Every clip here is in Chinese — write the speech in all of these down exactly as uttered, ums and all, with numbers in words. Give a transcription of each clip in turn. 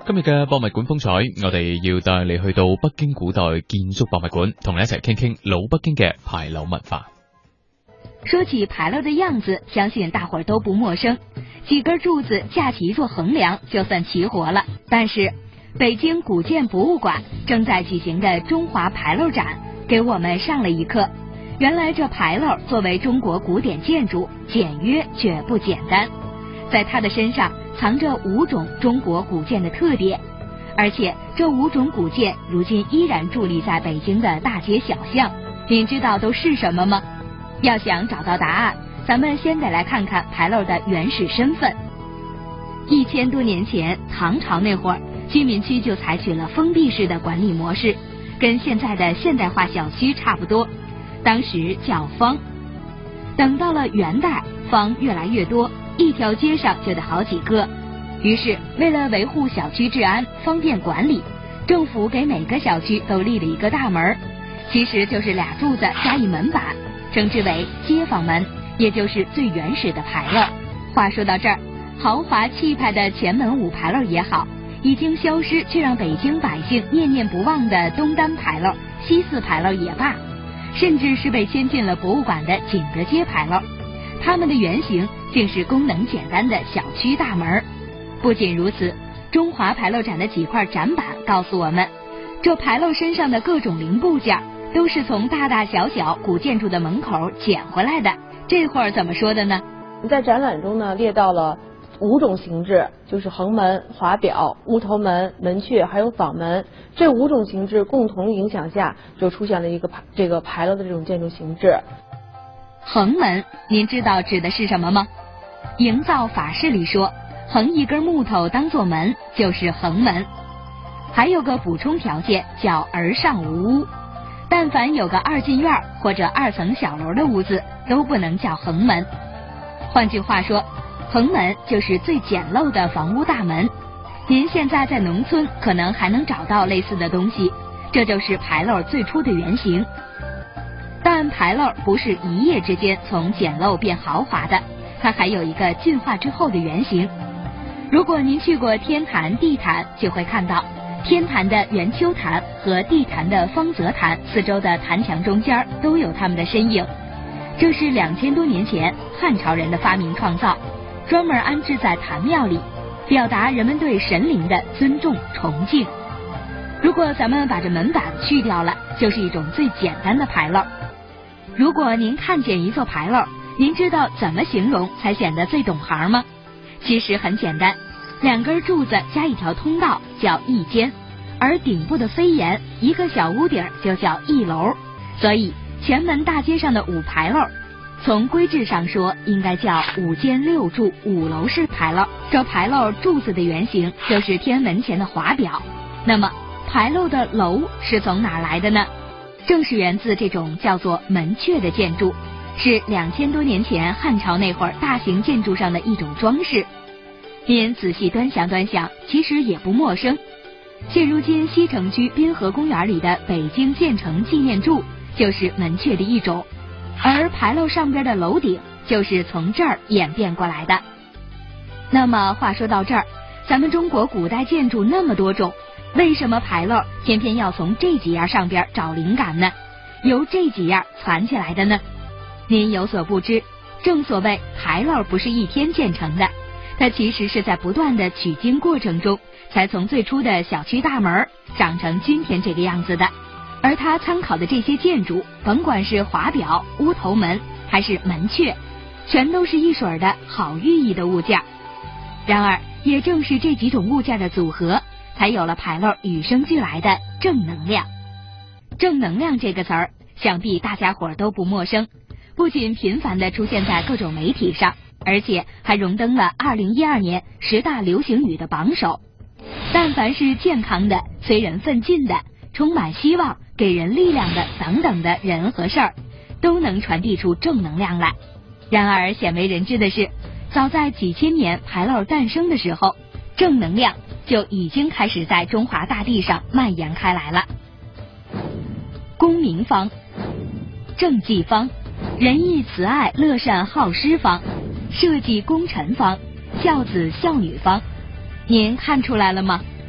今日嘅博物館風采，我哋要帶你去到北京古代建築博物館，同你一齊傾傾老北京嘅牌樓文化。 說起牌樓的樣子，相信大伙兒都不陌生，幾根柱子架起一座橫梁就算齊活了。但是北京古建博物館正在舉行的中華牌樓展給我們上了一課，原來這牌樓作為中國古典建築，簡約卻不簡單，在它的身上藏着五種中國古建的特點，而且這五種古建如今依然佇立在北京的大街小巷。您知道都是什麼嗎？要想找到答案，咱們先得來看看牌樓的原始身份。一千多年前，唐朝那會兒，居民區就採取了封閉式的管理模式，跟現在的現代化小區差不多，當時叫坊。等到了元代，坊越來越多，一條街上就得好幾個。於是為了維護小區治安，方便管理，政府給每個小區都立了一個大門，其實就是倆柱子加一門板，稱之為街坊門，也就是最原始的牌樓。話說到這兒，豪華氣派的前門五牌樓也好，已經消失卻讓北京百姓念念不忘的東單牌樓、西四牌樓也罷，甚至是被遷進了博物館的景德街牌樓，它們的原型竟是功能簡單的小區大門。不僅如此，中華牌樓展的幾塊展板告訴我們，這牌樓身上的各種零部件都是從大大小小古建築的門口撿回來的。這會兒怎麼說的呢？ 在展覽中呢，列到了五種形制，就是橫門、華表、烏頭門、門闕還有坊門，這五種形制共同影響下，就出現了一個牌這個牌樓的這種建築形制。 橫門，您知道指的是什麼嗎？營造法式裡說，橫一根木頭當做門就是橫門。還有個補充條件叫而上無屋，但凡有個二進院或者二層小樓的屋子都不能叫橫門。換句話說，橫門就是最簡陋的房屋大門。您現在在農村可能還能找到類似的東西，這就是牌樓最初的原型。但牌樓不是一夜之間從簡陋變豪華的，它還有一個進化之後的原型。如果您去過天壇、地壇，就會看到天壇的圓丘壇和地壇的方澤壇四周的壇牆中間都有它們的身影。這是兩千多年前漢朝人的發明創造，專門安置在壇廟裡，表達人們對神靈的尊重崇敬。如果咱們把這門板去掉了，就是一種最簡單的牌樓。如果您看見一座牌樓，您知道怎麼形容才顯得最懂行嗎？其實很簡單，兩根柱子加一條通道叫一間，而頂部的飛檐一個小屋頂就叫一樓。所以前門大街上的五牌樓，從規制上說應該叫五間六柱五樓式牌樓。這牌樓柱子的原型就是天門前的華表。那麼牌樓的樓是從哪來的呢？正是源自這種叫做門闕的建築，是兩千多年前漢朝那會兒大型建築上的一種裝飾。您仔細端詳端詳，其實也不陌生。現如今西城區濱河公園裡的北京建成紀念柱就是門闕的一種，而牌樓上邊的樓頂就是從這兒演變過來的。那麼話說到這兒，咱們中國古代建築那麼多種，為什麼牌樓偏偏要從這幾樣上邊找靈感呢？由這幾樣傳起來的呢？您有所不知，正所謂牌樓不是一天建成的，它其實是在不斷的取經過程中，才從最初的小區大門長成今天這個樣子的。而它參考的這些建築，甭管是華表、烏頭門還是門闕，全都是一水兒的好寓意的物件。然而也正是這幾種物件的組合，才有了牌樓與生俱來的正能量。正能量這個詞兒，想必大家伙都不陌生，不僅頻繁地出現在各種媒體上，而且還榮登了二零一二年十大流行語的榜首。但凡是健康的、催人奮進的、充滿希望、給人力量的等等的人和事兒，都能傳遞出正能量來。然而鮮為人知的是，早在幾千年牌樓誕生的時候，正能量就已經開始在中華大地上蔓延開來了。公明坊、政績坊、仁義慈愛樂善好施坊、設計功臣坊、孝子孝女坊，您看出來了嗎？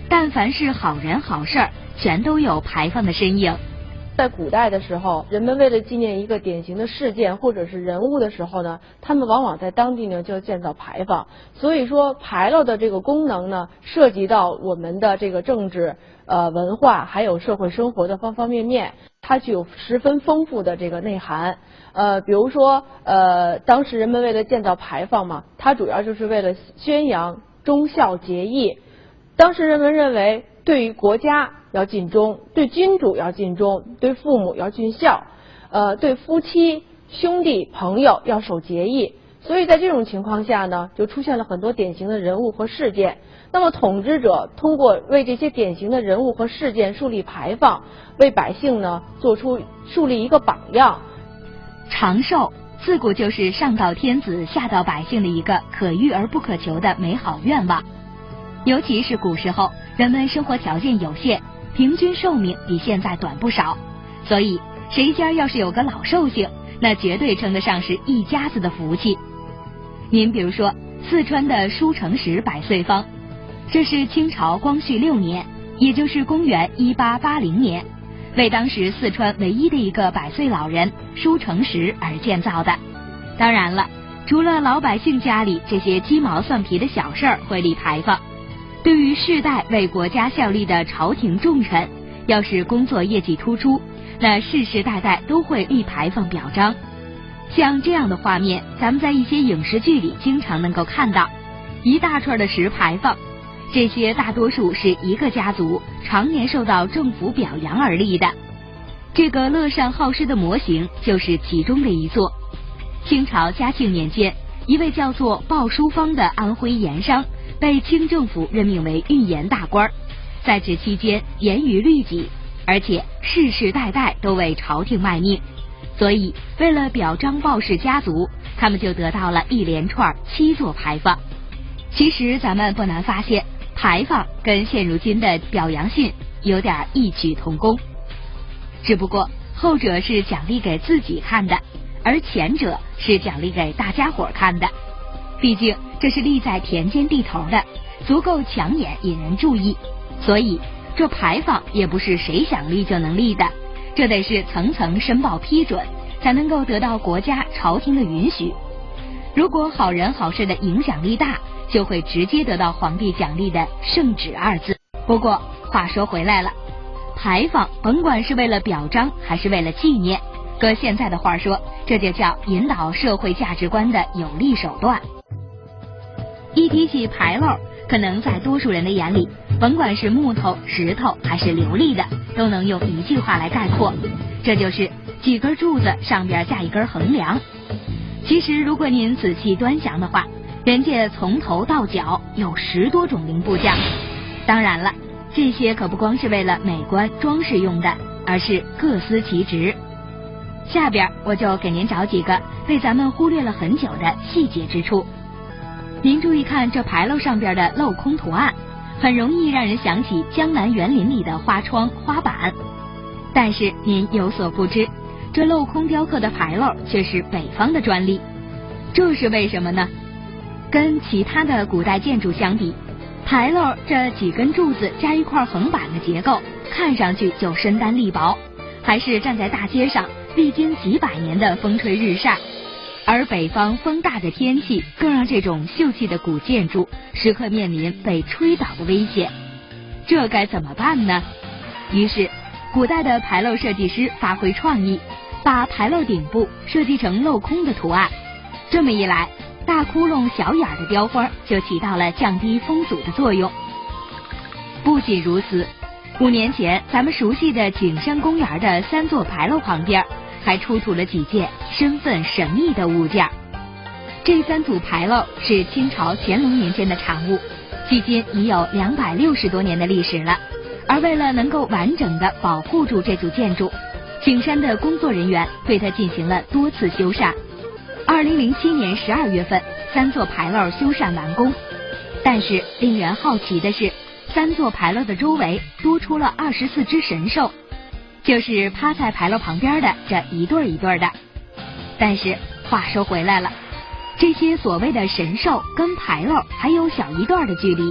但凡是好人好事儿，全都有牌坊的身影。 在古代的时候，人们为了纪念一个典型的事件或者是人物的时候呢，他们往往在当地呢就建造牌坊。所以说牌楼的这个功能呢，涉及到我们的这个政治、呃文化还有社会生活的方方面面，它具有十分丰富的这个内涵。呃，比如说呃，当时人们为了建造牌坊嘛，它主要就是为了宣扬忠孝节义。当时人们认为，对于国家要尽忠，对君主要尽忠，对父母要尽孝，呃，对夫妻、兄弟、朋友要守节义。所以在这种情况下呢，就出现了很多典型的人物和事件。那么统治者通过为这些典型的人物和事件树立牌坊，为百姓呢做出树立一个榜样。 长寿自古就是上到天子下到百姓的一个可遇而不可求的美好愿望。尤其是古时候，人们生活条件有限，平均寿命比现在短不少，所以谁家要是有个老寿星，那绝对称得上是一家子的福气。您比如说四川的舒成石百岁坊，这是清朝光绪六年，也就是公元一八八零年，为当时四川唯一的一个百岁老人舒成石而建造的。当然了，除了老百姓家里这些鸡毛蒜皮的小事儿会立牌坊，对于世代为国家效力的朝廷重臣，要是工作业绩突出，那世世代代都会立牌坊表彰。像这样的画面，咱们在一些影视剧里经常能够看到，一大串的石牌坊，这些大多数是一个家族常年受到政府表扬而立的。这个乐善好施的模型就是其中的一座。清朝嘉庆年间，一位叫做鲍淑芳的安徽盐商被清政府任命为御盐大官，在职期间严于律己，而且世世代代都为朝廷卖命。所以为了表彰鲍氏家族，他们就得到了一连串七座牌坊。其实咱们不难发现，牌坊跟现如今的表扬信有点异曲同工，只不过后者是奖励给自己看的，而前者是奖励给大家伙看的。毕竟这是立在田间地头的，足够抢眼引人注意，所以这牌坊也不是谁想立就能立的，这得是层层申报批准，才能够得到国家朝廷的允许。如果好人好事的影响力大，就会直接得到皇帝奖励的圣旨二字。不过话说回来了，牌坊甭管是为了表彰还是为了纪念，搁现在的话说，这就叫引导社会价值观的有力手段。一提起牌楼，可能在多数人的眼里，甭管是木头、石头还是琉璃的，都能用一句话来概括，这就是几根柱子上边架一根横梁。其实如果您仔细端详的话，人家从头到脚有十多种零部件。当然了，这些可不光是为了美观装饰用的，而是各司其职。下边我就给您找几个被咱们忽略了很久的细节之处。您注意看这牌楼上边的镂空图案，很容易让人想起江南园林里的花窗花板。但是您有所不知，这镂空雕刻的牌楼却是北方的专利。这是为什么呢？跟其他的古代建筑相比，牌楼这几根柱子加一块横板的结构，看上去就身单力薄，还是站在大街上历经几百年的风吹日晒。而北方风大的天气，更让这种秀气的古建筑时刻面临被吹倒的危险。这该怎么办呢？于是古代的牌楼设计师发挥创意，把牌楼顶部设计成镂空的图案。这么一来，大窟窿小眼的雕花就起到了降低风阻的作用。不仅如此，五年前咱们熟悉的景山公园的三座牌楼旁边，还出土了几件身份神秘的物件。这三组牌楼是清朝乾隆年间的产物，距今已有两百六十多年的历史了。而为了能够完整的保护住这组建筑，景山的工作人员对它进行了多次修缮。二零零七年十二月份，三座牌楼修缮完工。但是令人好奇的是，三座牌楼的周围多出了二十四只神兽，就是趴在牌楼旁边的这一对一对的。但是话说回来了，这些所谓的神兽跟牌楼还有小一段的距离，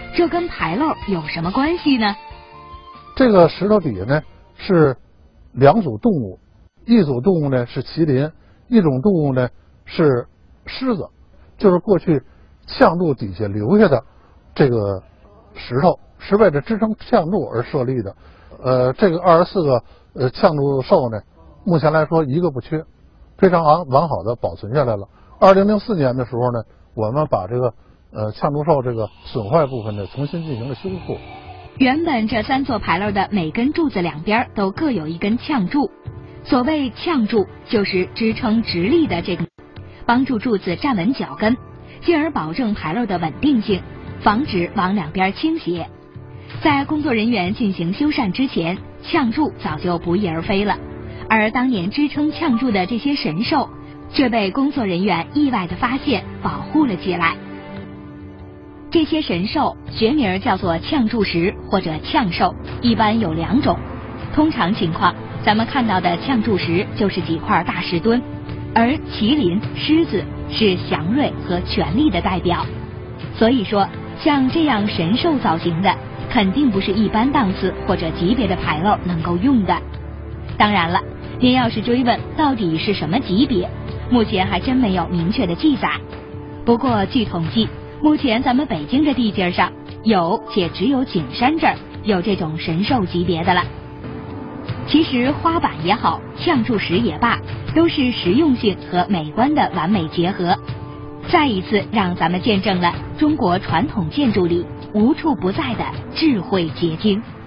这跟牌楼有什么关系呢？ 这个石头底下呢是两组动物，一组动物呢是麒麟，一种动物呢是狮子，就是过去呛柱底下留下的这个石头，是为了支撑呛柱而设立的。呃，这个二十四个呃呛柱兽呢，目前来说一个不缺，非常完完好的保存下来了。二零零四年的时候呢，我们把这个呃呛柱兽这个损坏部分呢重新进行了修复。 原本这三座牌楼的每根柱子两边都各有一根呛柱，所谓呛柱就是支撑直立的这个，帮助柱子站稳脚跟，进而保证牌楼的稳定性，防止往两边倾斜。在工作人员进行修缮之前，呛柱早就不翼而飞了，而当年支撑呛柱的这些神兽却被工作人员意外的发现，保护了起来。这些神兽学名叫做呛柱石或者呛兽，一般有两种。通常情况，咱们看到的呛柱石就是几块大石墩，而麒麟、狮子是祥瑞和权力的代表。所以说，像这样神兽造型的，肯定不是一般档次或者级别的牌楼能够用的。当然了，您要是追问到底是什么级别，目前还真没有明确的记载。不过据统计，目前咱们北京的地界上有，且只有景山这儿有这种神兽级别的了。其实花板也好，呛柱石也罢，都是实用性和美观的完美结合，再一次让咱们见证了中国传统建筑里无处不在的智慧结晶。